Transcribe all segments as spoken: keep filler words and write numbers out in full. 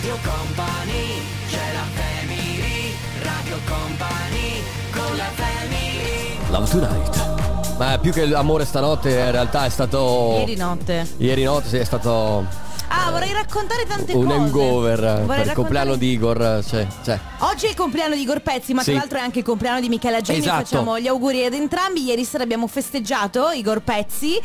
Radio Company, c'è la family. Radio Company, con la family. Love Tonight. Ma più che l'amore stanotte in realtà è stato Ieri notte. Ieri notte sì, è stato Ah, vorrei raccontare tante un cose. hangover Vorrei per il raccontare- compleanno di Igor, cioè, cioè. Oggi è il compleanno di Igor Pezzi, ma Sì. tra l'altro è anche il compleanno di Michela Geni. Esatto. Facciamo gli auguri ad entrambi. Ieri sera abbiamo festeggiato Igor Pezzi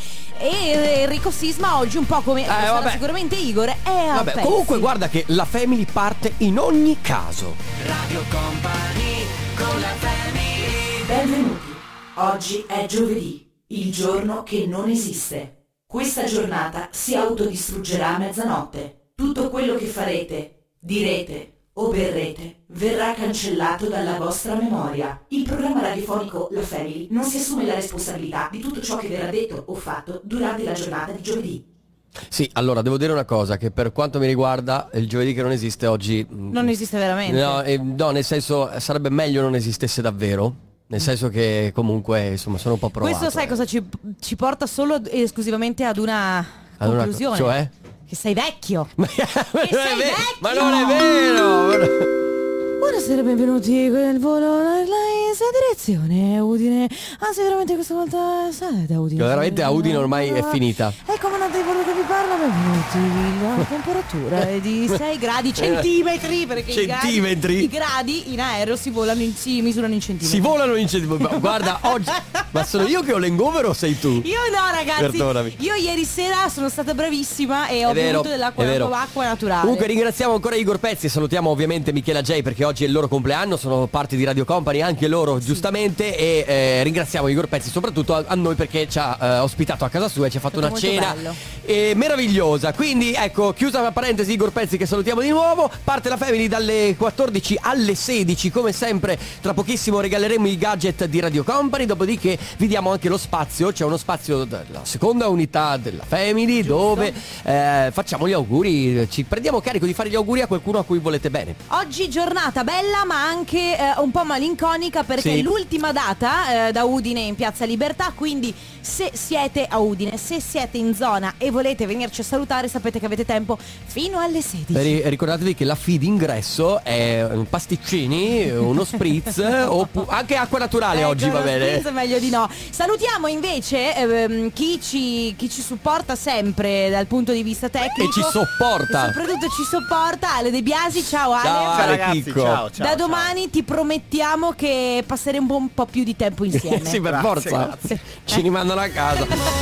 e Enrico Sisma oggi un po' come lo sarà vabbè. sicuramente Igor è a Vabbè, Pezzi. comunque guarda che la family parte in ogni caso. Radio Company, con la family. Benvenuti. Oggi è giovedì, il giorno che non esiste. Questa giornata si autodistruggerà a mezzanotte. Tutto quello che farete, direte o berrete verrà cancellato dalla vostra memoria. Il programma radiofonico La Family non si assume la responsabilità di tutto ciò che verrà detto o fatto durante la giornata di giovedì. Sì, allora devo dire una cosa, che per quanto mi riguarda il giovedì che non esiste oggi Non esiste veramente. No, eh, no, nel senso sarebbe meglio non esistesse davvero. Nel senso che comunque insomma sono un po' provato. Questo sai eh. cosa ci, ci porta solo ed esclusivamente ad una Ad una- conclusione. cioè? Che sei vecchio. Ma, Che non è sei vero, vecchio! ma non è vero! Buonasera, benvenuti con il volo Airlines a direzione Udine. Anzi, veramente questa volta sai, da Udine. Veramente a Udine ormai è finita. E il comandante di volo che vi parla, benvenuti. La temperatura è di sei gradi centimetri, perché Centimetri? I, gradi, i gradi in aereo si volano in, si misurano in centimetri. Si volano in centimetri. Guarda, oggi. Ma sono io che ho l'hangover o sei tu? Io no, ragazzi. Perdonami. Io ieri sera sono stata bravissima e ho È vero, bevuto dell'acqua, è vero. acqua naturale. Comunque ringraziamo ancora Igor Pezzi e salutiamo ovviamente Michela J perché oggi è il loro compleanno, sono parte di Radio Company anche loro giustamente e eh, ringraziamo Igor Pezzi soprattutto a, a noi perché ci ha eh, ospitato a casa sua e ci ha fatto una molto cena bello. eh, meravigliosa. Quindi ecco, chiusa la parentesi, Igor Pezzi che salutiamo di nuovo. Parte la Family dalle quattordici alle sedici, come sempre tra pochissimo regaleremo i gadget di Radio Company, dopodiché vi diamo anche lo spazio, c'è uno spazio della seconda unità della Family dove eh, facciamo gli auguri, ci prendiamo carico di fare gli auguri a qualcuno a cui volete bene. Oggi giornata bella ma anche eh, un po' malinconica perché Sì. è l'ultima data eh, da Udine in Piazza Libertà, quindi se siete a Udine, se siete in zona e volete venirci a salutare, sapete che avete tempo fino alle sedici. Ri- Ricordatevi che la fee d'ingresso è un pasticcini, uno spritz oppu- anche acqua naturale Ecco, oggi va lo bene. spritz è meglio di no. Salutiamo invece ehm, chi ci chi ci supporta sempre dal punto di vista tecnico E ci sopporta. e soprattutto ci sopporta Ale De Biasi. Ciao Ale. Ciao, Ale. ragazzi, Chicco. ciao, ciao. da domani ti promettiamo che passeremo un po' più di tempo insieme. Sì, per Grazie, forza. grazie. Ci rimandano a casa.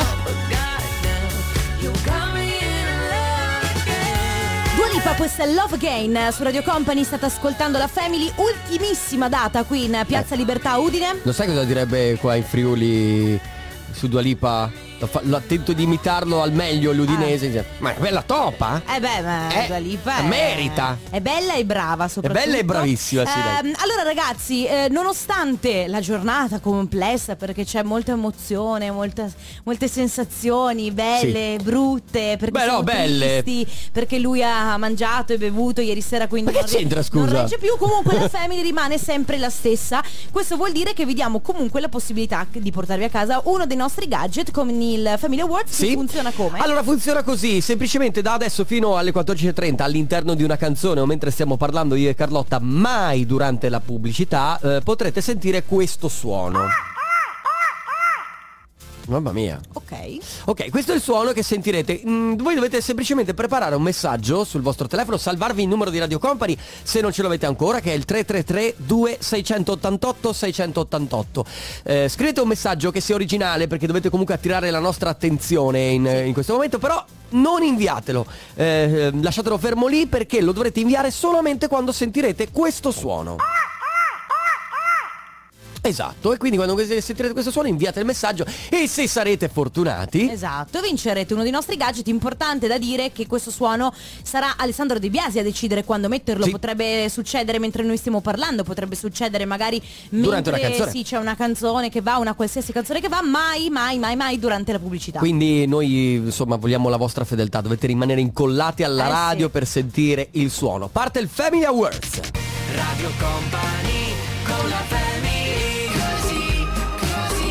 Dua Lipa, questa è Love Again su Radio Company, state ascoltando la Family, ultimissima data qui in Piazza Libertà Udine. Lo sai cosa direbbe qua in Friuli su Dua Lipa? Lo fa- lo- Tento di imitarlo al meglio l'udinese. dice, Ma è bella topa? Eh beh, ma Eh, Dua Lipa è, merita. È bella e brava soprattutto. È bella e bravissima, sì, dai. Ehm, Allora ragazzi, eh, nonostante la giornata complessa, perché c'è molta emozione, molta- molte sensazioni belle, brutte, perché Beh, no, siamo belle. tristi, perché lui ha mangiato e bevuto ieri sera, quindi Ma che non re- c'entra, scusa? non regge più. Comunque la Family rimane sempre la stessa. Questo vuol dire che vi diamo comunque la possibilità di portarvi a casa uno dei nostri gadget come il Family Awards. Sì. Che funziona come? Allora funziona così, semplicemente da adesso fino alle quattordici e trenta all'interno di una canzone o mentre stiamo parlando io e Carlotta, mai durante la pubblicità, eh, potrete sentire questo suono. Mamma mia. Ok. Ok, questo è il suono che sentirete. Mm, voi dovete semplicemente preparare un messaggio sul vostro telefono, salvarvi il numero di Radio Company se non ce l'avete ancora, che è il tre tre tre due sei otto otto sei otto otto. Eh, scrivete un messaggio che sia originale perché dovete comunque attirare la nostra attenzione in, in questo momento, però non inviatelo, eh, lasciatelo fermo lì perché lo dovrete inviare solamente quando sentirete questo suono. Esatto, e quindi quando sentirete questo suono inviate il messaggio e se sarete fortunati Esatto, vincerete uno dei nostri gadget. Importante da dire che questo suono sarà Alessandro De Biasi a decidere quando metterlo. Sì. Potrebbe succedere mentre noi stiamo parlando, potrebbe succedere magari Durante mentre una canzone. sì, c'è una canzone che va, una qualsiasi canzone che va, mai, mai, mai, mai durante la pubblicità. Quindi noi insomma vogliamo la vostra fedeltà, dovete rimanere incollati alla Eh, radio sì. per sentire il suono. Parte il Family Awards. Radio Company, con la family. Così, così che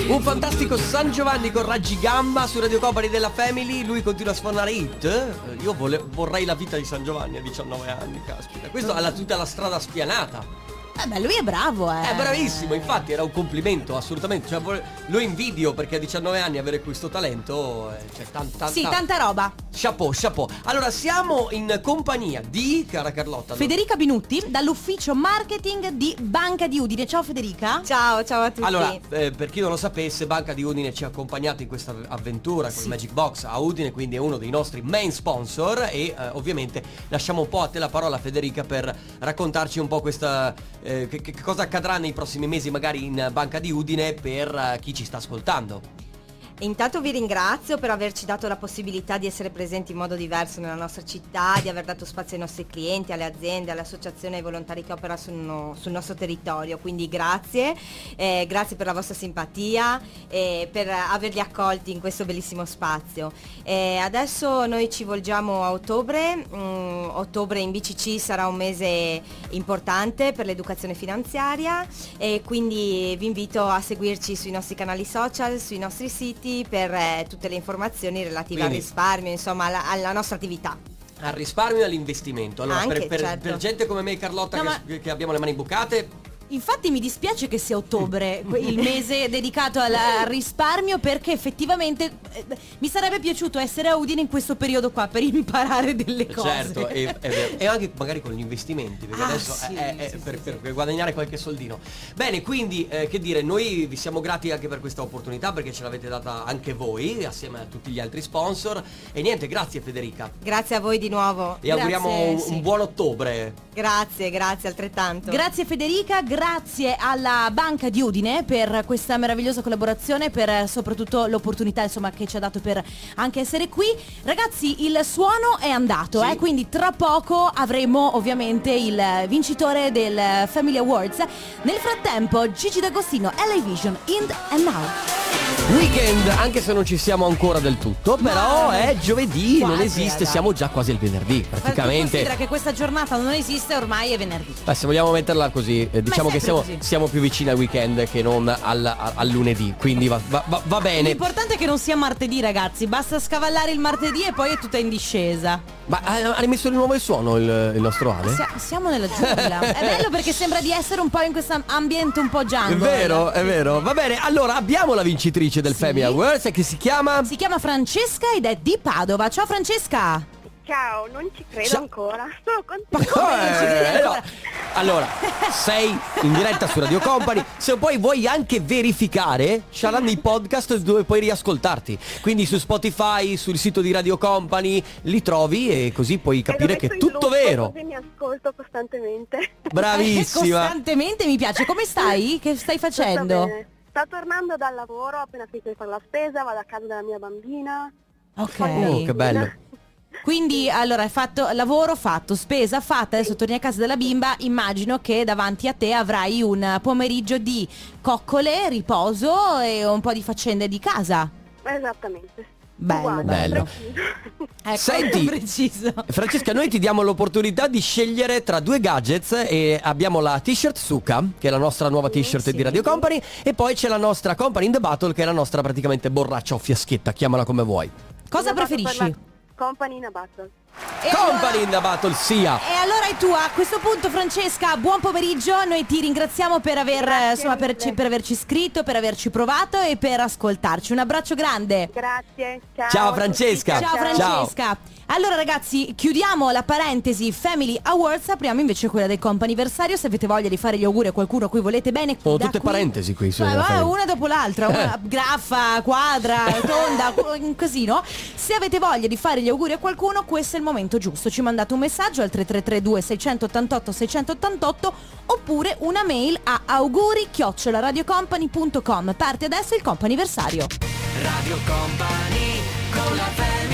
Un fantastico San Giovanni con Raggi Gamba su Radio Company della Family. Lui continua a suonare hit. Io vole- vorrei la vita di San Giovanni a diciannove anni, caspita. Questo ha la- tutta la strada spianata. Eh beh, lui è bravo, eh. È bravissimo, infatti era un complimento, assolutamente. Cioè, vo- lo invidio perché a diciannove anni avere questo talento, eh, cioè tan- tan- Sì, tan- tanta roba. Chapeau, chapeau. Allora, siamo in compagnia di, cara Carlotta. Federica Binutti dall'ufficio marketing di Banca di Udine. Ciao Federica. Ciao, ciao a tutti. Allora, eh, per chi non lo sapesse, Banca di Udine ci ha accompagnato in questa avventura con Sì. il Magic Box a Udine, quindi è uno dei nostri main sponsor e eh, ovviamente lasciamo un po' a te la parola, Federica, per raccontarci un po' questa eh, che, che cosa accadrà nei prossimi mesi magari in Banca di Udine per eh, chi ci sta ascoltando. Intanto vi ringrazio per averci dato la possibilità di essere presenti in modo diverso nella nostra città, di aver dato spazio ai nostri clienti, alle aziende, alle associazioni e ai volontari che operano sul, no- sul nostro territorio. Quindi grazie, eh, grazie per la vostra simpatia e per averli accolti in questo bellissimo spazio. Eh, adesso noi ci volgiamo a ottobre. Mm, ottobre in B C C sarà un mese importante per l'educazione finanziaria e quindi vi invito a seguirci sui nostri canali social, sui nostri siti per eh, tutte le informazioni relative Quindi- al risparmio, insomma alla, alla nostra attività. Al risparmio e all'investimento. Allora, Anche, per, per- certo. per gente come me e Carlotta No, che, che abbiamo le mani bucate, Infatti mi dispiace che sia ottobre, que- il mese dedicato al al risparmio, perché effettivamente eh, mi sarebbe piaciuto essere a Udine in questo periodo qua per imparare delle cose. certo, è, è vero. E anche magari con gli investimenti, perché Ah, adesso sì, è, è- sì, per, sì, per- sì. per guadagnare qualche soldino. Bene, quindi eh, che dire, noi vi siamo grati anche per questa opportunità perché ce l'avete data anche voi assieme a tutti gli altri sponsor. E niente, grazie Federica. Grazie a voi di nuovo. E auguriamo un, sì. un buon ottobre. Grazie, grazie altrettanto. Grazie Federica, grazie alla Banca di Udine per questa meravigliosa collaborazione, per eh, soprattutto l'opportunità insomma che ci ha dato per anche essere qui. Ragazzi, il suono è andato, Sì. eh, quindi tra poco avremo ovviamente il vincitore del Family Awards. Nel frattempo Gigi D'Agostino, L A Vision, In and Now. Weekend, anche se non ci siamo ancora del tutto, però Ma- è giovedì, non Quasi, esiste, eh, dai. siamo già quasi al venerdì, Ma tu praticamente. considera che questa giornata non esiste, ormai è venerdì. Beh, se vogliamo metterla così, eh, diciamo è che siamo, sempre così. siamo più vicini al weekend che non al, al- al lunedì, quindi va, va- va- va bene. L'importante è che non sia martedì, ragazzi, basta scavallare il martedì e poi è tutta in discesa. Ma ha, ha rimesso di nuovo il suono il, il nostro Ale? Sia- siamo nella giungla. È bello perché sembra di essere un po' in questo ambiente un po' È jungle. vero, è vero. Va bene, allora abbiamo la vincitrice del Sì. Family Awards che si chiama... Si chiama Francesca ed è di Padova. Ciao Francesca. Ciao, non ci credo Ciao. ancora. Sono contenta. Ma come non ci credi Eh, ancora? no. Allora, sei in diretta su Radio Company. Se poi vuoi anche verificare, saranno i podcast dove puoi riascoltarti. Quindi su Spotify, sul sito di Radio Company, li trovi e così puoi capire E lo che è metto in tutto loop, vero. Così mi ascolto costantemente. Bravissima. Costantemente mi piace. Come stai? Che stai Tutto facendo? bene. Sto tornando dal lavoro, ho appena finito di fare la spesa, vado a casa della mia bambina. Ok. Oh, che bello. Quindi allora hai fatto lavoro fatto, spesa fatta, adesso torni a casa della bimba, immagino che davanti a te avrai un pomeriggio di coccole, riposo e un po' di faccende di casa. Esattamente. Bello, Uguale, bello. preciso. Ecco, Senti. preciso. Francesca, noi ti diamo l'opportunità di scegliere tra due gadgets e abbiamo la t-shirt Suka, che è la nostra nuova t-shirt sì. di Radio Company, e poi c'è la nostra Company in the Battle, che è la nostra praticamente borraccia o fiaschetta, chiamala come vuoi. Cosa Io vado per preferisci? la Company in a Battle. E Company allora- in the Battle sia. E allora è tua. A questo punto Francesca, buon pomeriggio. Noi ti ringraziamo per aver Grazie eh, insomma, per, mille. per averci scritto, per averci provato e per ascoltarci. Un abbraccio grande. Grazie. Ciao. Ciao, a tutti. Francesca. Ciao Francesca. Allora ragazzi, chiudiamo la parentesi Family Awards, apriamo invece quella del comp'anniversario. Se avete voglia di fare gli auguri a qualcuno a cui volete bene, Sono da tutte qui- parentesi qui su Eh, nella va, Family. una dopo l'altra, una graffa, quadra, tonda, così, no? Se avete voglia di fare gli auguri a qualcuno, questo è il momento giusto. Ci mandate un messaggio al tre tre tre due sei otto otto sei otto otto oppure una mail a auguri chiocciola radiocompany punto com. Parte adesso il comp'anniversario. Radio Company con la family.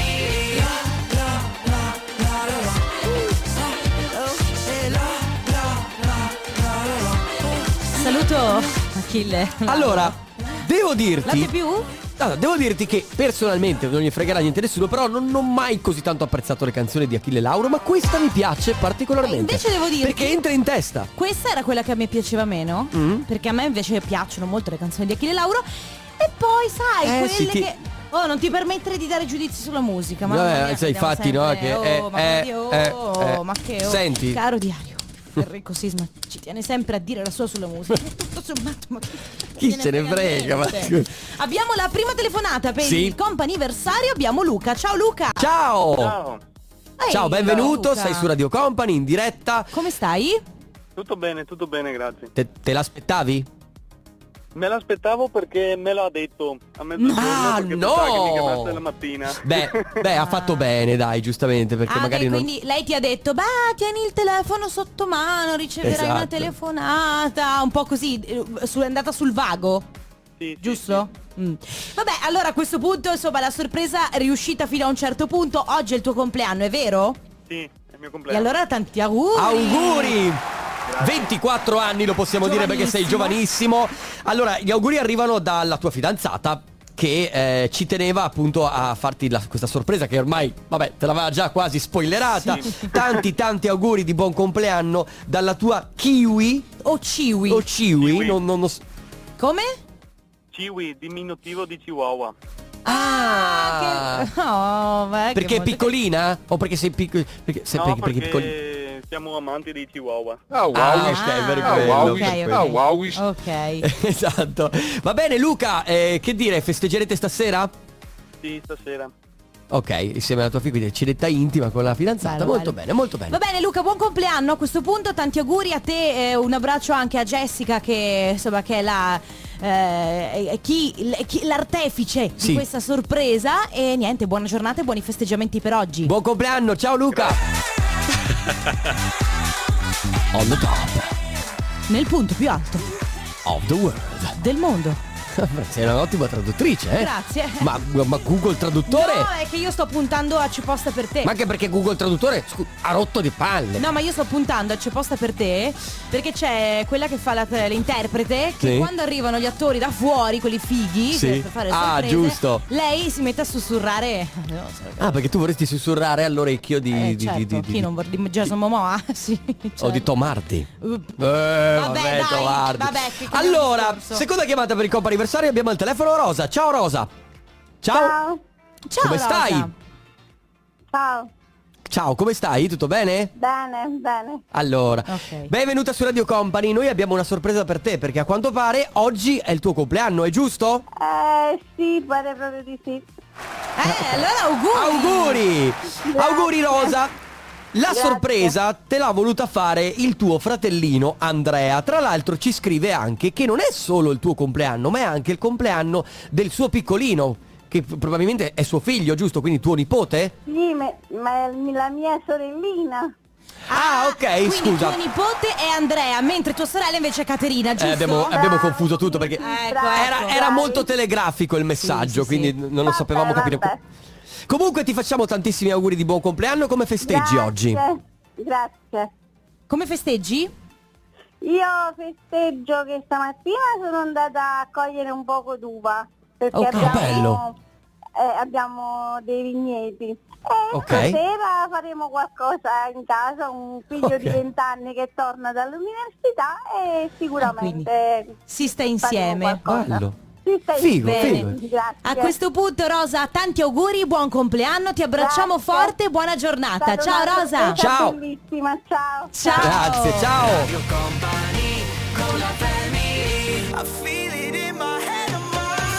Saluto Achille. Allora, devo Latte dirti più? allora, devo dirti che personalmente non gli fregherà niente nessuno, però non ho mai così tanto apprezzato le canzoni di Achille Lauro, ma questa mi piace particolarmente. Eh, invece devo dirti- perché entra in testa. Questa era quella che a me piaceva meno, Mm. perché a me invece piacciono molto le canzoni di Achille Lauro. E poi sai, Eh, quelle sì, ti- che... Oh, non ti permettere di dare giudizi sulla musica, ma Eh, sai, infatti, no, che oh, eh, ma, eh, che- oh, eh, eh. ma che oh. Senti. Caro diario, Enrico Sisma ci tiene sempre a dire la sua sulla musica. Tutto sommato, ma Chi gliene se ne frega, ma niente. scusa. Abbiamo la prima telefonata per Sì. il comp'anniversario. Abbiamo Luca. Ciao Luca. Ciao! Ciao, Ehi, Ciao, benvenuto, Luca. sei su Radio Company in diretta. Come stai? tutto bene, tutto bene, grazie. Te, te l'aspettavi? Me l'aspettavo perché me l'ha detto a mezzogiorno Ah, perché no! pensava che mi chiamasse la mattina. Beh, beh, ha fatto bene, dai, giustamente, perché Ah, magari ok, non... quindi lei ti ha detto, beh, tieni il telefono sotto mano, riceverai una Esatto. telefonata, un po' così, eh, su- è andata sul vago, Sì, sì, giusto? Mm. Vabbè, allora a questo punto, insomma, la sorpresa è riuscita fino a un certo punto. Oggi è il tuo compleanno, è vero? Sì, sì, è il mio E compleanno. allora tanti auguri. Auguri! ventiquattro anni lo possiamo dire perché sei giovanissimo. Allora, gli auguri arrivano dalla tua fidanzata che eh, ci teneva appunto a farti la- questa sorpresa che ormai, vabbè, te l'aveva già quasi spoilerata. Sì. Tanti tanti auguri di buon compleanno dalla tua Kiwi O Ciwi. o Ciwi, Kiwi. non, non, non s- Come? Ciwi, diminutivo di Chihuahua. Ah, Che... Oh, beh, che perché è molto- piccolina? O perché sei piccolo? Perché, sei No, perché, perché perché piccoli- siamo amanti di Chihuahua. Ah, wow. Ah, ok, per Ah, quello. wow. ok, ok. Ah, wow. Ok. Esatto. Va bene Luca, eh, che dire, festeggerete stasera? Sì, stasera. Ok, insieme alla tua figlia, quindi cenetta intima con la fidanzata. Bello, molto bello. bene, molto bene. Va bene Luca, buon compleanno a questo punto, tanti auguri a te, eh, un abbraccio anche a Jessica che insomma che è la eh, è chi, l- chi- l'artefice Sì. di questa sorpresa e niente, buona giornata e buoni festeggiamenti per oggi. Buon compleanno, ciao Luca. On the top Nel punto più alto of the world. del mondo. Sei un'ottima traduttrice, eh? Grazie. Ma, ma Google Traduttore? No, è che io sto puntando a C'è posta per te. Ma anche perché Google Traduttore scu- ha rotto di palle. No, ma io sto puntando a C'è posta per te perché c'è quella che fa la, l'interprete che Sì. quando arrivano gli attori da fuori, quelli fighi, Sì. per, per fare le Ah, sorprese, giusto. lei si mette a sussurrare. No, Ah, perché tu vorresti sussurrare all'orecchio di, eh, di, certo, di, di, chi di- non vorrebbe di Jason Momoa? Sì, o certo. di Tom Hardy. Uh, Eh, vabbè, dai, Tom Hardy. vabbè, che chiamiamo Allora, discorso. seconda chiamata per il compo anniversario, abbiamo al telefono Rosa. Ciao Rosa. Ciao. Ciao. Ciao, Come Rosa. stai? Ciao. Ciao, come stai? Tutto bene? Bene, bene. Allora, Ok. benvenuta su Radio Company. Noi abbiamo una sorpresa per te perché a quanto pare oggi è il tuo compleanno, è giusto? Eh, sì, pare proprio di sì. Eh, allora auguri. Auguri! Auguri Rosa! La Grazie. sorpresa te l'ha voluta fare il tuo fratellino Andrea. Tra l'altro ci scrive anche che non è solo il tuo compleanno, ma è anche il compleanno del suo piccolino, che probabilmente è suo figlio, giusto? Quindi tuo nipote? Sì, ma, ma è la mia sorellina. Ah, ok, Quindi scusa. tuo nipote è Andrea, mentre tua sorella invece è Caterina, giusto? Eh, abbiamo, abbiamo confuso tutto perché Ecco, era, ecco. era molto telegrafico il messaggio, Sì, sì, quindi sì. non lo sapevamo Vabbè, capire. vabbè. Comunque ti facciamo tantissimi auguri di buon compleanno. Come festeggi Grazie, oggi? Grazie. Come festeggi? Io festeggio che stamattina sono andata a cogliere un poco d'uva perché Ok. abbiamo, Bello. eh, abbiamo dei vigneti. E Ok. stasera faremo qualcosa in casa, un figlio Ok. di venti anni che torna dall'università e sicuramente Si sta faremo insieme. qualcosa. Bello. Si sta Figo, insieme. figo. Grazie. A questo punto Rosa, tanti auguri, buon compleanno, ti abbracciamo Grazie. forte e buona giornata. È stata Ciao una Rosa. sorpresa Ciao. Bellissima, ciao. Ciao. Grazie, ciao. Radio Company con la family. I feel it in my head, I'm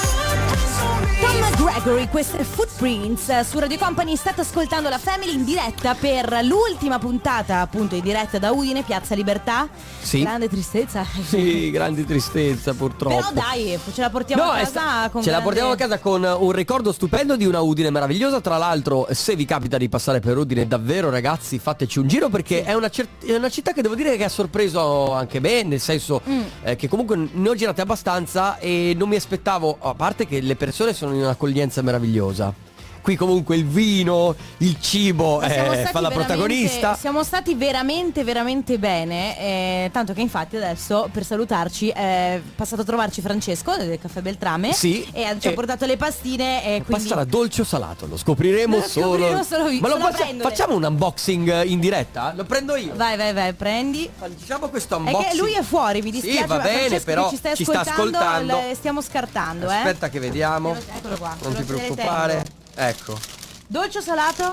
Tom Gregory, queste Footprints su Radio Company. State ascoltando la Family in diretta per l'ultima puntata appunto in diretta da Udine, Piazza Libertà. Sì. Grande tristezza. Sì, grande tristezza purtroppo. Però dai, ce la portiamo No, a è casa sta- con ce la grande- portiamo a casa con un ricordo stupendo di una Udine meravigliosa. Tra l'altro, se vi capita di passare per Udine, davvero ragazzi, fateci un giro perché è, una cer- è una città che devo dire che ha sorpreso anche me, nel senso Mm. eh, che comunque ne ho girate abbastanza e non mi aspettavo, a parte che le persone sono in un'accoglienza meravigliosa. qui comunque il vino, il cibo Ma siamo eh, stati fa la veramente- protagonista. Siamo stati veramente veramente bene, eh, tanto che infatti adesso per salutarci è passato a trovarci Francesco del Caffè Beltrame. Sì, E ha- ci ha e- portato le pastine e quindi Passerà dolce o salato? Lo scopriremo Lo solo. scopriremo solo io, Ma lo solo faccia- prendole. facciamo un unboxing in diretta? Lo prendo io. Vai vai vai, prendi. Facciamo questo È unboxing. che lui è fuori, mi Sì, dispiace, va ma bene, Francesco, però che ci stai ci sta ascoltando, ascoltando. le stiamo scartando, eh. Aspetta che vediamo. Eccolo qua. Non te ti lo- te le preoccupare. tengo. Ecco. Dolce o salato?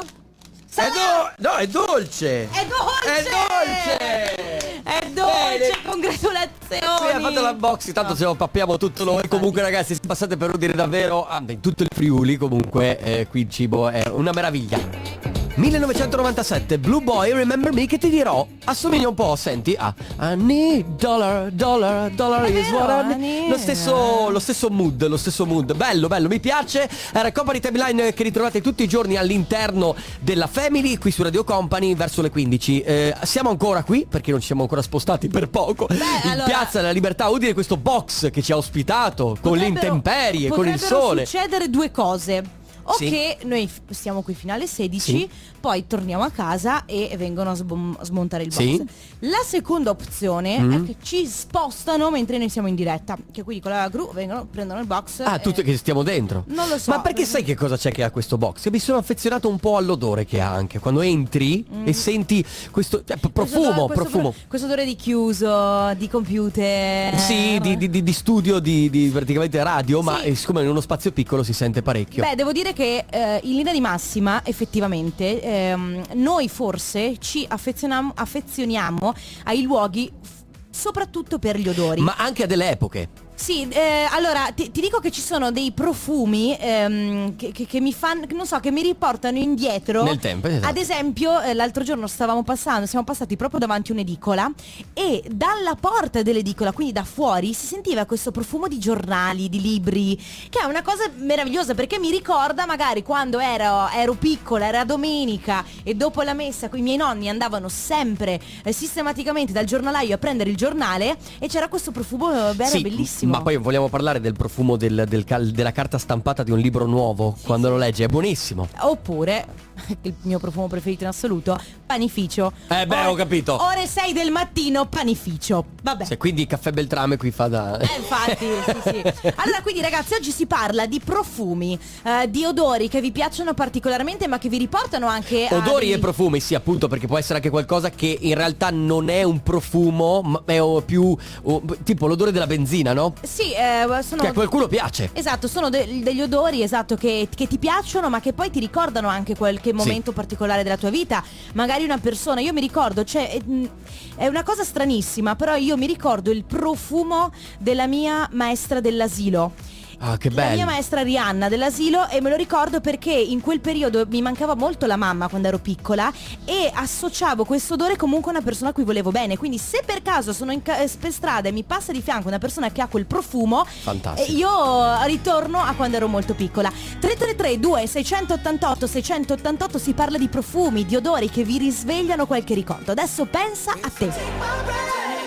È do- no, è dolce. È dolce! È dolce! È dolce, Bene. congratulazioni! Sì, ha fatto l'unboxing, tanto ce lo pappiamo tutto noi. Comunque ragazzi, se passate per udire davvero ah, in tutto il Friuli, comunque eh, qui il cibo è una meraviglia. millenovecentonovantasette, Blue Boy, Remember Me, che ti dirò, assomiglia un po', senti, a I need dollar, dollar, dollar È is vero, what I I need. need- Lo stesso, lo stesso mood, lo stesso mood, bello, bello, mi piace. Era Company Timeline che ritrovate tutti i giorni all'interno della Family, qui su Radio Company, verso le quindici. Eh, siamo ancora qui, perché non ci siamo ancora spostati per poco, in allora- Piazza della Libertà Udine, questo box che ci ha ospitato, con le Potrebbero- intemperie, con il potrebbero sole. succedere due cose. O Sì. che noi f- stiamo qui fino alle sedici, Sì. poi torniamo a casa e vengono a sbom- a smontare il box. Sì. La seconda opzione Mm. è che ci spostano mentre noi siamo in diretta. Che quindi con la gru vengono, prendono il box. Ah, e- tutte che stiamo dentro. Non lo so. Ma perché sai che cosa c'è che ha questo box? Che mi sono affezionato un po' all'odore che ha anche. Quando entri e senti questo cioè, p- Mm. Questo profumo, odore- questo profumo. pro- Questo odore di chiuso, di computer. Sì, di, di- di- di studio di, di praticamente radio, ma Sì. eh, siccome in uno spazio piccolo si sente parecchio. Beh, devo dire che eh, in linea di massima, effettivamente, ehm, noi forse ci affezioniamo, affezioniamo ai luoghi f- soprattutto per gli odori. Ma anche a delle epoche. Sì, eh, allora ti, ti dico che ci sono dei profumi ehm, che, che- che mi fanno, non so, che mi riportano indietro. Nel tempo, esatto. Ad esempio, eh, l'altro giorno stavamo passando, siamo passati proprio davanti a un'edicola e dalla porta dell'edicola, quindi da fuori, si sentiva questo profumo di giornali, di libri, che è una cosa meravigliosa perché mi ricorda magari quando ero, ero piccola, era domenica e dopo la messa con i miei nonni andavano sempre eh, sistematicamente dal giornalaio a prendere il giornale e c'era questo profumo eh, beh, era Sì, bellissimo. ma poi vogliamo parlare del profumo del- del cal- della carta stampata di un libro nuovo quando lo leggi, è buonissimo. Oppure il mio profumo preferito in assoluto, panificio. Eh beh, Ore- ho capito. Ore sei del mattino, panificio. Vabbè. Se quindi Caffè Beltrame qui fa da... Eh, infatti, sì, sì. Allora, quindi ragazzi, oggi si parla di profumi, eh, di odori che vi piacciono particolarmente, ma che vi riportano anche a Odori dei- e profumi, sì, appunto, perché può essere anche qualcosa che in realtà non è un profumo, ma è oh, più oh, tipo l'odore della benzina, no? Sì, eh, sono Che a qualcuno piace. Esatto, sono de- degli odori, esatto, che, che ti piacciono, ma che poi ti ricordano anche qualche momento particolare della tua vita. Magari una persona, io mi ricordo, cioè è, è una cosa stranissima, però io mi ricordo il profumo della mia maestra dell'asilo. Ah, che La bello. mia maestra Rihanna dell'asilo, e me lo ricordo perché in quel periodo mi mancava molto la mamma quando ero piccola e associavo questo odore comunque a una persona a cui volevo bene. Quindi se per caso sono in ca- per strada e mi passa di fianco una persona che ha quel profumo, Fantastico. eh, io ritorno a quando ero molto piccola. Tre tre tre due sei otto otto sei otto otto, si parla di profumi, di odori che vi risvegliano qualche ricordo. Adesso pensa a te.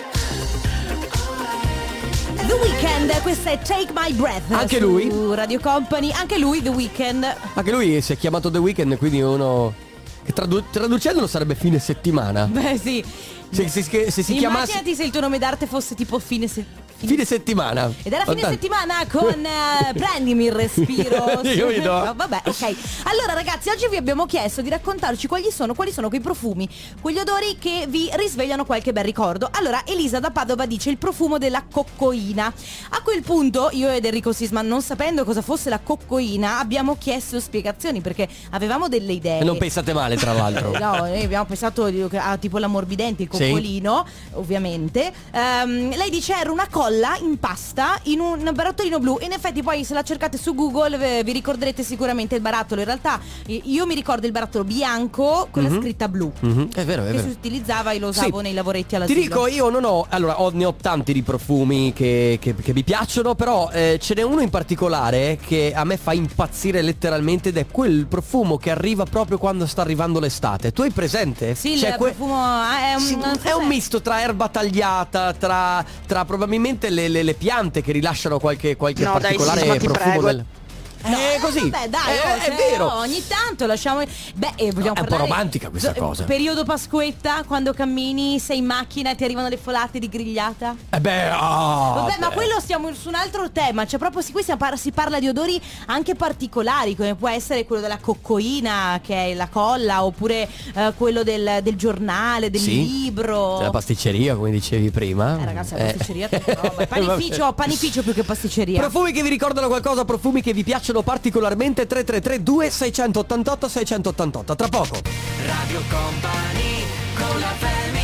The Weeknd, questa è Take My Breath. Anche su lui? Radio Company, anche lui The Weeknd. Anche lui si è chiamato The Weeknd, quindi uno che tradu- traducendolo sarebbe fine settimana. Beh sì. Se, se- se- se si chiamasse Immaginati se il tuo nome d'arte fosse tipo fine settimana. fine settimana. Ed era fine Fantastico. settimana con eh, prendimi il respiro. Io mi do. No, vabbè, ok. Allora ragazzi, oggi vi abbiamo chiesto di raccontarci quali sono, quali sono quei profumi, quegli odori che vi risvegliano qualche bel ricordo. Allora Elisa da Padova dice il profumo della coccoina. A quel punto io ed Enrico Sisman, non sapendo cosa fosse la coccoina, abbiamo chiesto spiegazioni perché avevamo delle idee. E non pensate male, tra l'altro. No, noi abbiamo pensato a tipo l'ammorbidente, il coccolino, ovviamente. Ehm, lei dice era una colla in pasta in un barattolino blu. In effetti poi se la cercate su Google eh, vi ricorderete sicuramente il barattolo. In realtà eh, io mi ricordo il barattolo bianco con la scritta blu, Mhm, È vero, è che vero. si utilizzava e lo usavo Sì. nei lavoretti Ti all'asilo. dico, io non ho, allora ho, ne ho tanti di profumi che, che- che mi piacciono, però eh, ce n'è uno in particolare che a me fa impazzire letteralmente, ed è quel profumo che arriva proprio quando sta arrivando l'estate. Tu hai presente? Sì, il Cioè, que- profumo ah, è un, Sì, non so è un se- misto tra erba tagliata, tra, tra probabilmente le, le- le piante che rilasciano qualche, qualche No, dai, particolare Sisma, ti profumo prego. del... No, è così. Vabbè, dai, è, oh, è cioè, vero. oh, ogni tanto lasciamo. Beh, eh, vogliamo È un po' parlare- romantica questa Z- cosa. Periodo Pasquetta, quando cammini, sei in macchina e ti arrivano le folate di grigliata. Eh beh, oh, Vabbè, ma beh. quello stiamo su un altro tema. Cioè, proprio si, qui si parla, si parla di odori anche particolari, come può essere quello della coccoina, che è la colla, oppure eh, quello del, del giornale, del Sì, libro. della pasticceria, come dicevi prima. Eh, ragazzi, la Eh. pasticceria tanta roba. Panificio, panificio più che pasticceria. Profumi che vi ricordano qualcosa, profumi che vi piacciono particolarmente. Tre tre tre due sei otto otto sei otto otto. Tra poco. Radio Company con la family.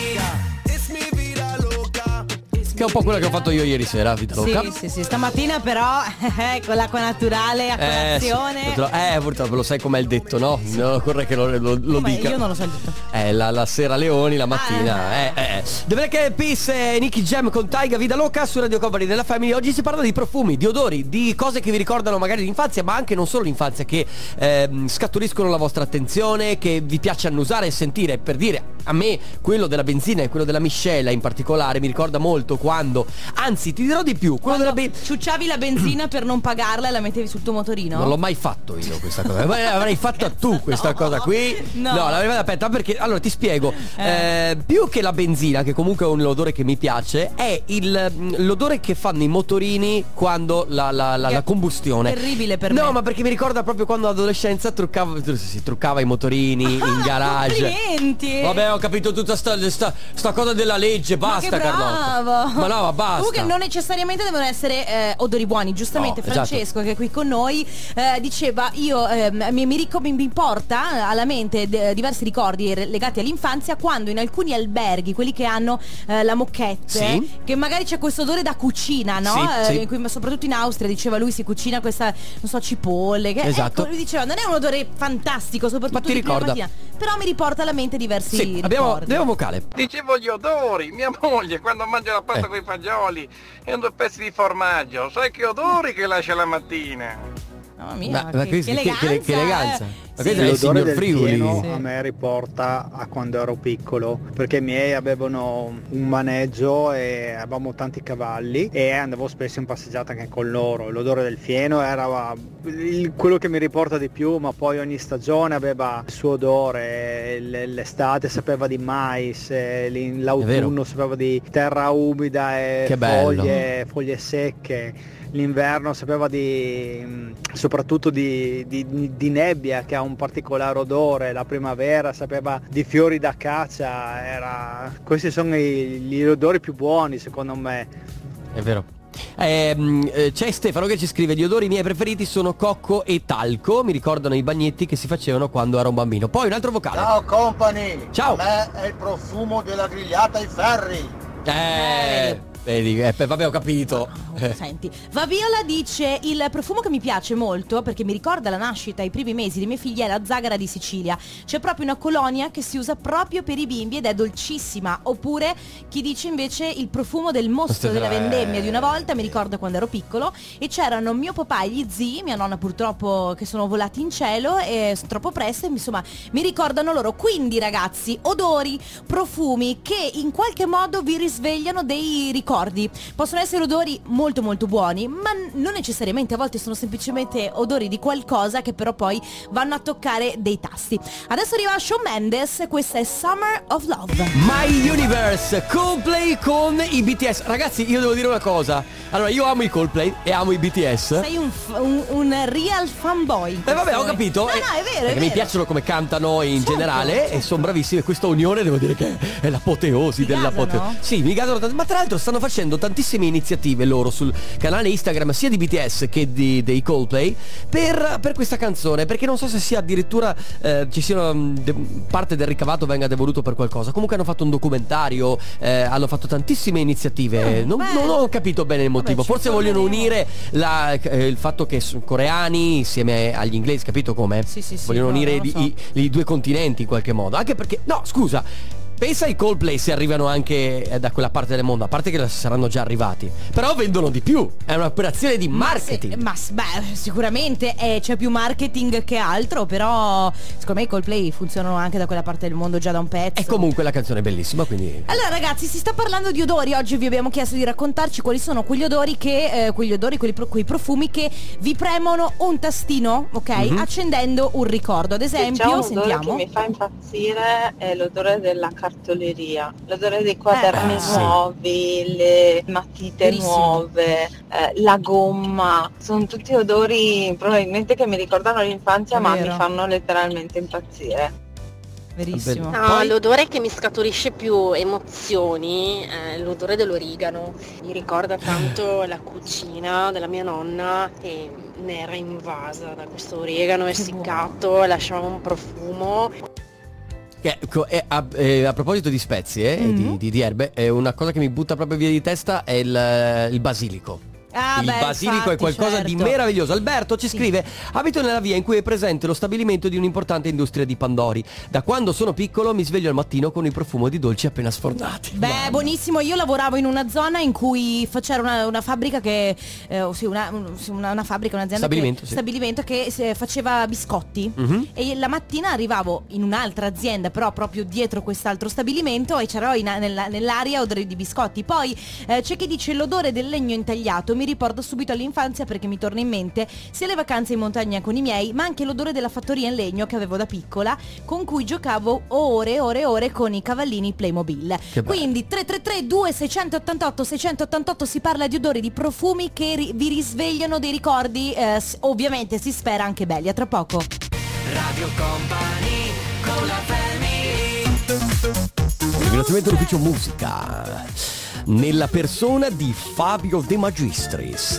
Che è un po' quella che ho fatto io ieri sera, Vita Loca. Sì, sì, sì, stamattina però eh, con l'acqua naturale a Eh, sì, colazione. purtroppo, eh, purtroppo lo sai com'è il detto, no? Non occorre che lo, lo, lo Come? dica. Io non lo so il detto. Eh, la, la sera leoni, la mattina. Ah. Eh, eh. The Black Eyed Peas e Nicky Jam con Taiga, Vida Loca su Radio Company della Family. Oggi si parla di profumi, di odori, di cose che vi ricordano magari l'infanzia, ma anche non solo l'infanzia, che ehm, scaturiscono la vostra attenzione, che vi piace annusare e sentire. Per dire, a me quello della benzina e quello della miscela in particolare mi ricorda molto quando, anzi ti dirò di più, quello Quando della benzina. ciucciavi la benzina per non pagarla e la mettevi sul tuo motorino? Non l'ho mai fatto io questa cosa. Ma l'avrei fatta tu questa No, cosa qui. no. No, l'avrei fatta. Aspetta, perché allora ti spiego. Eh, più che la benzina, che comunque è un odore che mi piace, è il, l'odore che fanno i motorini quando la, la, la, la combustione. Terribile per no, me. ma perché mi ricorda proprio quando all'adolescenza truccavo, si truccava i motorini in garage. Complimenti. Vabbè, ho capito tutta sta, sta, sta cosa della legge. Basta, Ma che Carlotta. bravo. Ma no, ma basta. Comunque non necessariamente devono essere eh, odori buoni. Giustamente No, Francesco, che è qui con noi, eh, diceva io eh, mi, mi, ric- mi porta alla mente de- diversi ricordi re- legati all'infanzia, quando in alcuni alberghi, quelli che hanno eh, la moquette, Sì. che magari c'è questo odore da cucina, no? Sì, Eh, sì. in cui, soprattutto in Austria, diceva lui, si cucina questa, non so, cipolle, che, Esatto. ecco, lui diceva non è un odore fantastico, soprattutto Ma ti di prima ricorda? mattina, però mi riporta alla mente diversi Sì, abbiamo, ricordi. abbiamo vocale. Dicevo gli odori, mia moglie quando mangia la pasta Eh. con i fagioli e due pezzi di formaggio, sai che odori che lascia la mattina? Mamma mia, Ma, ma che, questo- che che- che- che eleganza. eh. Ma Sì. questo è il L'odore signor del Friuli. fieno Sì. a me riporta a quando ero piccolo, perché i miei avevano un maneggio e avevamo tanti cavalli e andavo spesso in passeggiata anche con loro. L'odore del fieno era il- quello che mi riporta di più, ma poi ogni stagione aveva il suo odore. L- l'estate sapeva di mais, e l'in- l'autunno sapeva di terra umida e Che bello. foglie, foglie secche. L'inverno sapeva di soprattutto di, di, di nebbia che ha un particolare odore, la primavera sapeva di fiori d'acacia, era... questi sono i, gli odori più buoni secondo me. È vero. Ehm, eh, c'è Stefano che ci scrive: gli odori miei preferiti sono cocco e talco, mi ricordano i bagnetti che si facevano quando ero un bambino. Poi un altro vocale. Ciao company! Ciao. A me è il profumo della grigliata ai ferri! Eh, vedi, eh, vabbè, ho capito. Eh. Senti, Vaviola dice: il profumo che mi piace molto, perché mi ricorda la nascita e i primi mesi di mia figlia, è la zagara di Sicilia. C'è proprio una colonia che si usa proprio per i bimbi ed è dolcissima. Oppure chi dice invece il profumo del mosto della vendemmia di una volta, mi ricordo quando ero piccolo e c'erano mio papà e gli zii, mia nonna purtroppo, che sono volati in cielo e troppo presto, e insomma mi ricordano loro. Quindi ragazzi, odori, profumi che in qualche modo vi risvegliano dei ricordi. Possono essere odori molto molto buoni, ma non necessariamente, a volte sono semplicemente odori di qualcosa che però poi vanno a toccare dei tasti. Adesso arriva Shawn Mendes, questa è Summer of Love. My Universe, Coldplay con i B T S. Ragazzi, io devo dire una cosa. Allora, io amo i Coldplay e amo i B T S. Sei un, f- un, un real fanboy. Eh vabbè, ho capito. No, Eh, no, è vero, è perché mi vero. piacciono come cantano in Certo, generale, certo. e sono bravissimi. E questa unione devo dire che è l'apoteosi Ti dell'apoteosi. gasano? Sì, mi gasano tanto. Ma tra l'altro stanno facendo tantissime iniziative loro sul canale Instagram, sia di B T S che di, dei Coldplay, per, per questa canzone. Perché non so se sia addirittura eh, ci sia um, de- parte del ricavato venga devoluto per qualcosa. Comunque hanno fatto un documentario, eh, hanno fatto tantissime iniziative. Mm, non, beh. non ho capito bene il motivo. ci Forse vogliono informeremo. unire la, eh, il fatto che sono coreani insieme agli inglesi, capito come? Sì, sì, sì, Vogliono no, unire non lo i, so. i- i due continenti in qualche modo. Anche perché, no, scusa, Pensa ai Coldplay se arrivano anche eh, da quella parte del mondo, a parte che saranno già arrivati, però vendono di più, è un'operazione di marketing. Ma, se, ma beh, sicuramente eh, c'è più marketing che altro, però secondo me i Coldplay funzionano anche da quella parte del mondo già da un pezzo. E comunque la canzone è bellissima, quindi... Allora ragazzi, si sta parlando di odori. Oggi vi abbiamo chiesto di raccontarci quali sono quegli odori che eh, quegli odori, quelli pro, quei profumi che vi premono un tastino, ok? Mm-hmm. Accendendo un ricordo. Ad esempio, un sentiamo. L'odore che mi fa impazzire è l'odore della cartoleria, l'odore dei quaderni eh, eh, nuovi, sì. Le matite Verissimo. nuove, eh, la gomma. Sono tutti odori probabilmente che mi ricordano l'infanzia, È ma vero. mi fanno letteralmente impazzire. Verissimo. No, Poi... l'odore che mi scaturisce più emozioni è l'odore dell'origano. Mi ricorda tanto la cucina della mia nonna che ne era invasa da questo origano essiccato, lasciava un profumo. Che, ecco, eh, a, eh, a proposito di spezie e Mm-hmm. di, di, di erbe, eh, una cosa che mi butta proprio via di testa è il, il basilico. Ah, il beh, basilico infatti, è qualcosa certo. di meraviglioso. Alberto ci Sì. scrive: abito nella via in cui è presente lo stabilimento di un'importante industria di pandori. Da quando sono piccolo mi sveglio al mattino con il profumo di dolci appena sfornati. Beh, Mamma. buonissimo. Io lavoravo in una zona in cui c'era una, una fabbrica che eh, oh, sì, una, un- sì, una, una fabbrica, un'azienda Stabilimento, che, sì. stabilimento che se- faceva biscotti. Mhm. E la mattina arrivavo in un'altra azienda, però proprio dietro quest'altro stabilimento, e c'era in- nella- nell'aria odore di biscotti. Poi eh, c'è chi dice l'odore del legno intagliato mi riporta subito all'infanzia, perché mi torna in mente sia le vacanze in montagna con i miei, ma anche l'odore della fattoria in legno che avevo da piccola, con cui giocavo ore e ore e ore con i cavallini Playmobil. Che bello. Quindi tre tre tre due sei otto otto sei otto otto, si parla di odori, di profumi che ri- vi risvegliano dei ricordi, eh, s- ovviamente si spera anche belli. A tra poco. Radio Company con la family. Ringraziamento all'ufficio musica nella persona di Fabio De Magistris.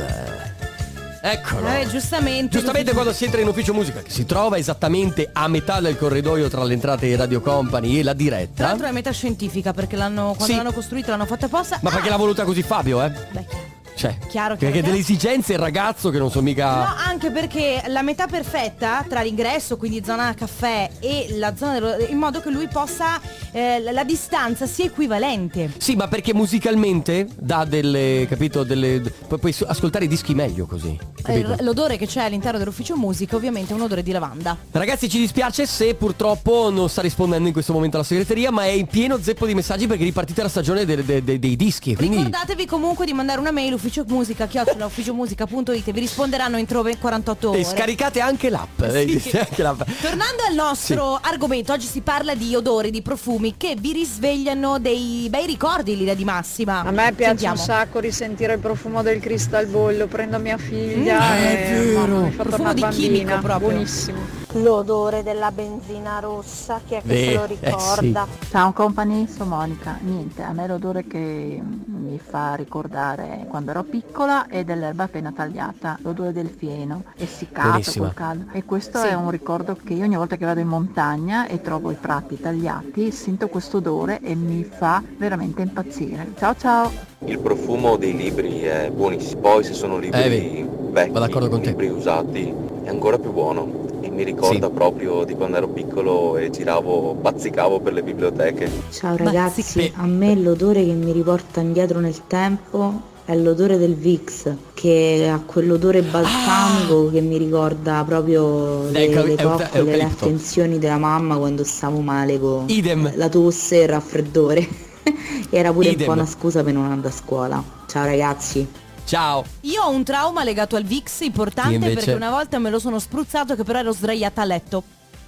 Eccolo. Eh, giustamente. Giustamente quando si entra in ufficio musica, che si trova esattamente a metà del corridoio tra le entrate di Radio Company e la Tra diretta. l'altro è metà scientifica, perché l'hanno, quando Sì. l'hanno costruito l'hanno fatta apposta. Ma perché l'ha voluta così Fabio, eh? Beh, Cioè, Chiaro, perché chiaro. delle esigenze il ragazzo che non so mica... no, anche perché la metà perfetta tra l'ingresso, quindi zona caffè, e la zona dello, in modo che lui possa eh, la, la distanza sia equivalente. Sì, ma perché musicalmente dà delle, capito, delle... pu- puoi su- ascoltare i dischi meglio così, capito? Eh, l'odore che c'è all'interno dell'ufficio musica ovviamente è un odore di lavanda. Ragazzi, ci dispiace se purtroppo non sta rispondendo in questo momento alla segreteria, ma è in pieno zeppo di messaggi perché ripartite la stagione de- de- de- dei dischi, quindi... Ricordatevi comunque di mandare una mail ufficio musica chiocciola ufficiomusica punto it, vi risponderanno entro quarantotto ore. E scaricate anche l'app. Sì. Sì, anche l'app. Tornando al nostro argomento, oggi si parla di odori, di profumi che vi risvegliano dei bei ricordi, in linea di massima. A me piace Sentiamo. un sacco risentire il profumo del cristalbollo, prendo mia figlia Mm, e è vero. mamma, mi fa Profumo tornare di bambina, chimico proprio. buonissimo. L'odore della benzina rossa, chi è che Beh, se lo eh, ricorda? Ciao company, sono Monica. Niente, a me l'odore che mi fa ricordare quando ero piccola è dell'erba appena tagliata, l'odore del fieno, essiccato Buonissima. col caldo. E questo Sì. è un ricordo che io ogni volta che vado in montagna e trovo i prati tagliati, sento questo odore e mi fa veramente impazzire. Ciao ciao! Il profumo dei libri è buonissimo, poi se sono libri Eh, vedi, vecchi, vado d'accordo con te. libri usati, è ancora più buono. E mi ricorda Sì. proprio di quando ero piccolo e giravo, bazzicavo per le biblioteche. Ciao Bazzica. ragazzi, a me l'odore che mi riporta indietro nel tempo è l'odore del Vicks, che ha quell'odore balsamico che mi ricorda proprio le, Ecco, le è un- è coccole, le eucalipto. attenzioni della mamma quando stavo male con Idem. la tosse e il raffreddore. Era pure Idem. un po' una scusa per non andare a scuola. Ciao ragazzi. Ciao. Io ho un trauma legato al Vicks importante, Io invece- perché una volta me lo sono spruzzato che però ero sdraiata a letto.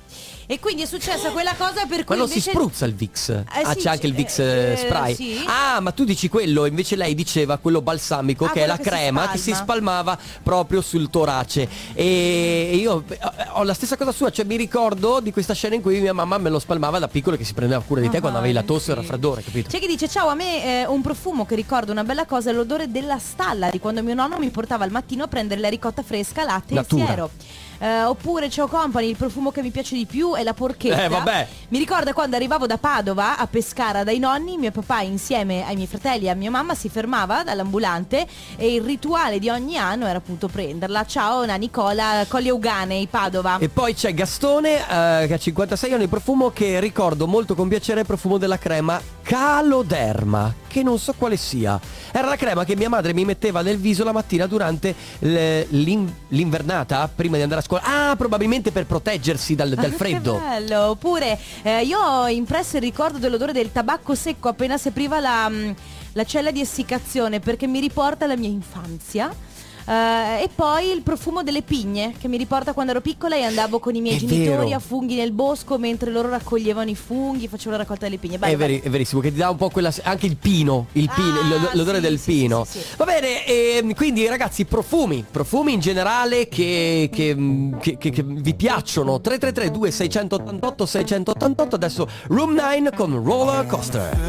E quindi è successa quella cosa per cui Quello si invece... spruzza il Vicks. ah, sì, c'è anche il Vicks eh, eh, spray. sì. Ah, ma tu dici quello, invece lei diceva quello balsamico, Ah, che è quello la che si crema che si spalma. spalmava proprio sul torace. E io eh, ho la stessa cosa sua, cioè mi ricordo di questa scena in cui mia mamma me lo spalmava da piccolo, che si prendeva cura di te Ah, quando avevi la tosse sì. o il raffreddore, capito? C'è chi dice ciao, a me eh, un profumo che ricorda una bella cosa è l'odore della stalla, di quando mio nonno mi portava al mattino a prendere la ricotta fresca, latte Natura. e siero. Eh, oppure ciao company, il profumo che mi piace di più e la porchetta. Eh, vabbè. Mi ricorda quando arrivavo da Padova a Pescara dai nonni, mio papà insieme ai miei fratelli e a mia mamma si fermava dall'ambulante e il rituale di ogni anno era appunto prenderla. Ciao Nana Nicola, Colli Euganei, Padova. E poi c'è Gastone eh, che ha cinquantasei anni, il profumo che ricordo molto con piacere è il profumo della crema Caloderma, che non so quale sia. Era la crema che mia madre mi metteva nel viso la mattina durante l'in- l'invernata prima di andare a scuola. Ah, probabilmente per proteggersi dal, dal freddo. Che bello. Oppure eh, io ho impresso il ricordo dell'odore del tabacco secco appena si apriva la, la cella di essiccazione, perché mi riporta alla mia infanzia. Uh, e poi il profumo delle pigne che mi riporta quando ero piccola e andavo con i miei È genitori vero. a funghi nel bosco mentre loro raccoglievano i funghi, facevano la raccolta delle pigne. Bello, È, veri- bello. è verissimo, che ti dà un po' quella. Anche il pino, il pino, Ah, l- l'odore sì, del sì, pino. sì, sì, sì. Va bene, ehm, quindi ragazzi, profumi, profumi in generale che, che, mm, che- che- che vi piacciono. tre tre tre due sei otto otto sei otto otto. Adesso Room nove con Roller Coaster.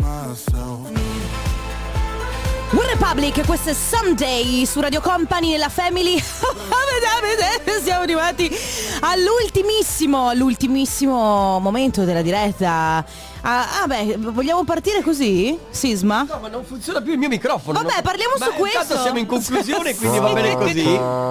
One Republic, questo è Someday su Radio Company e la Family. Siamo arrivati all'ultimissimo, all'ultimissimo momento della diretta. Ah, ah beh, vogliamo partire così? Sisma? No, ma non funziona più il mio microfono. Vabbè, non- parliamo Ma su questo. Intanto siamo in conclusione, quindi va bene così.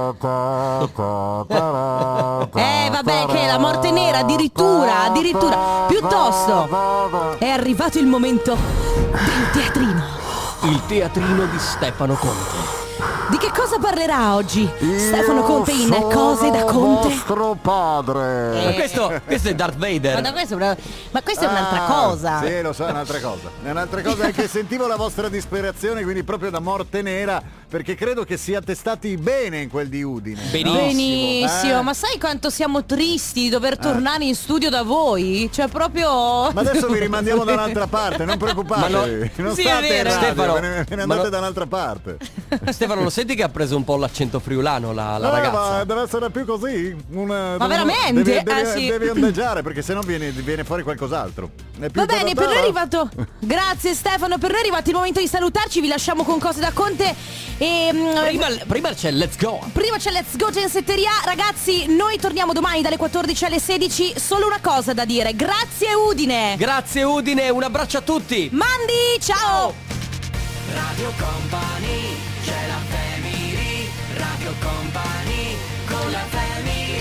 Eh vabbè, che è la morte nera, addirittura, addirittura. Piuttosto è arrivato il momento del teatrino. Il teatrino di Stefano Conte. Di che cosa parlerà oggi Stefano Conte in Cose da Conte? Vostro padre. Ma questo, questo è Darth Vader. Ma, da questo è una- ma questa è un'altra Ah, cosa. Sì, lo so, è un'altra cosa. È un'altra cosa, è che sentivo la vostra disperazione, quindi proprio da morte nera, perché credo che siate stati bene in quel di Udine. Benissimo. Benissimo, Eh. ma sai quanto siamo tristi di dover tornare in studio da voi? Cioè proprio. Ma adesso vi rimandiamo da un'altra parte, non preoccupatevi. Ma non Sì, è state in vero. radio, Stefano, ve ne, ve ne ma andate no- da un'altra parte. Stefano, lo senti che ha preso un po' l'accento friulano la, la No, ragazza? ma deve essere più così. Una, Ma veramente? Devi, devi, Ah, sì. devi ondeggiare, perché sennò viene, viene fuori qualcos'altro. È più Va bene, per noi è tarantara. arrivato. Grazie Stefano, per noi è arrivato il momento di salutarci, vi lasciamo con Cose da Conte e mm, Prima, prima c'è Let's Go. prima c'è Let's Go Gensetteria. Ragazzi, noi torniamo domani dalle quattordici alle sedici. Solo una cosa da dire: grazie Udine. Grazie Udine, un abbraccio a tutti. Mandi, ciao. Radio Company, c'è la family, Radio Company, con la family.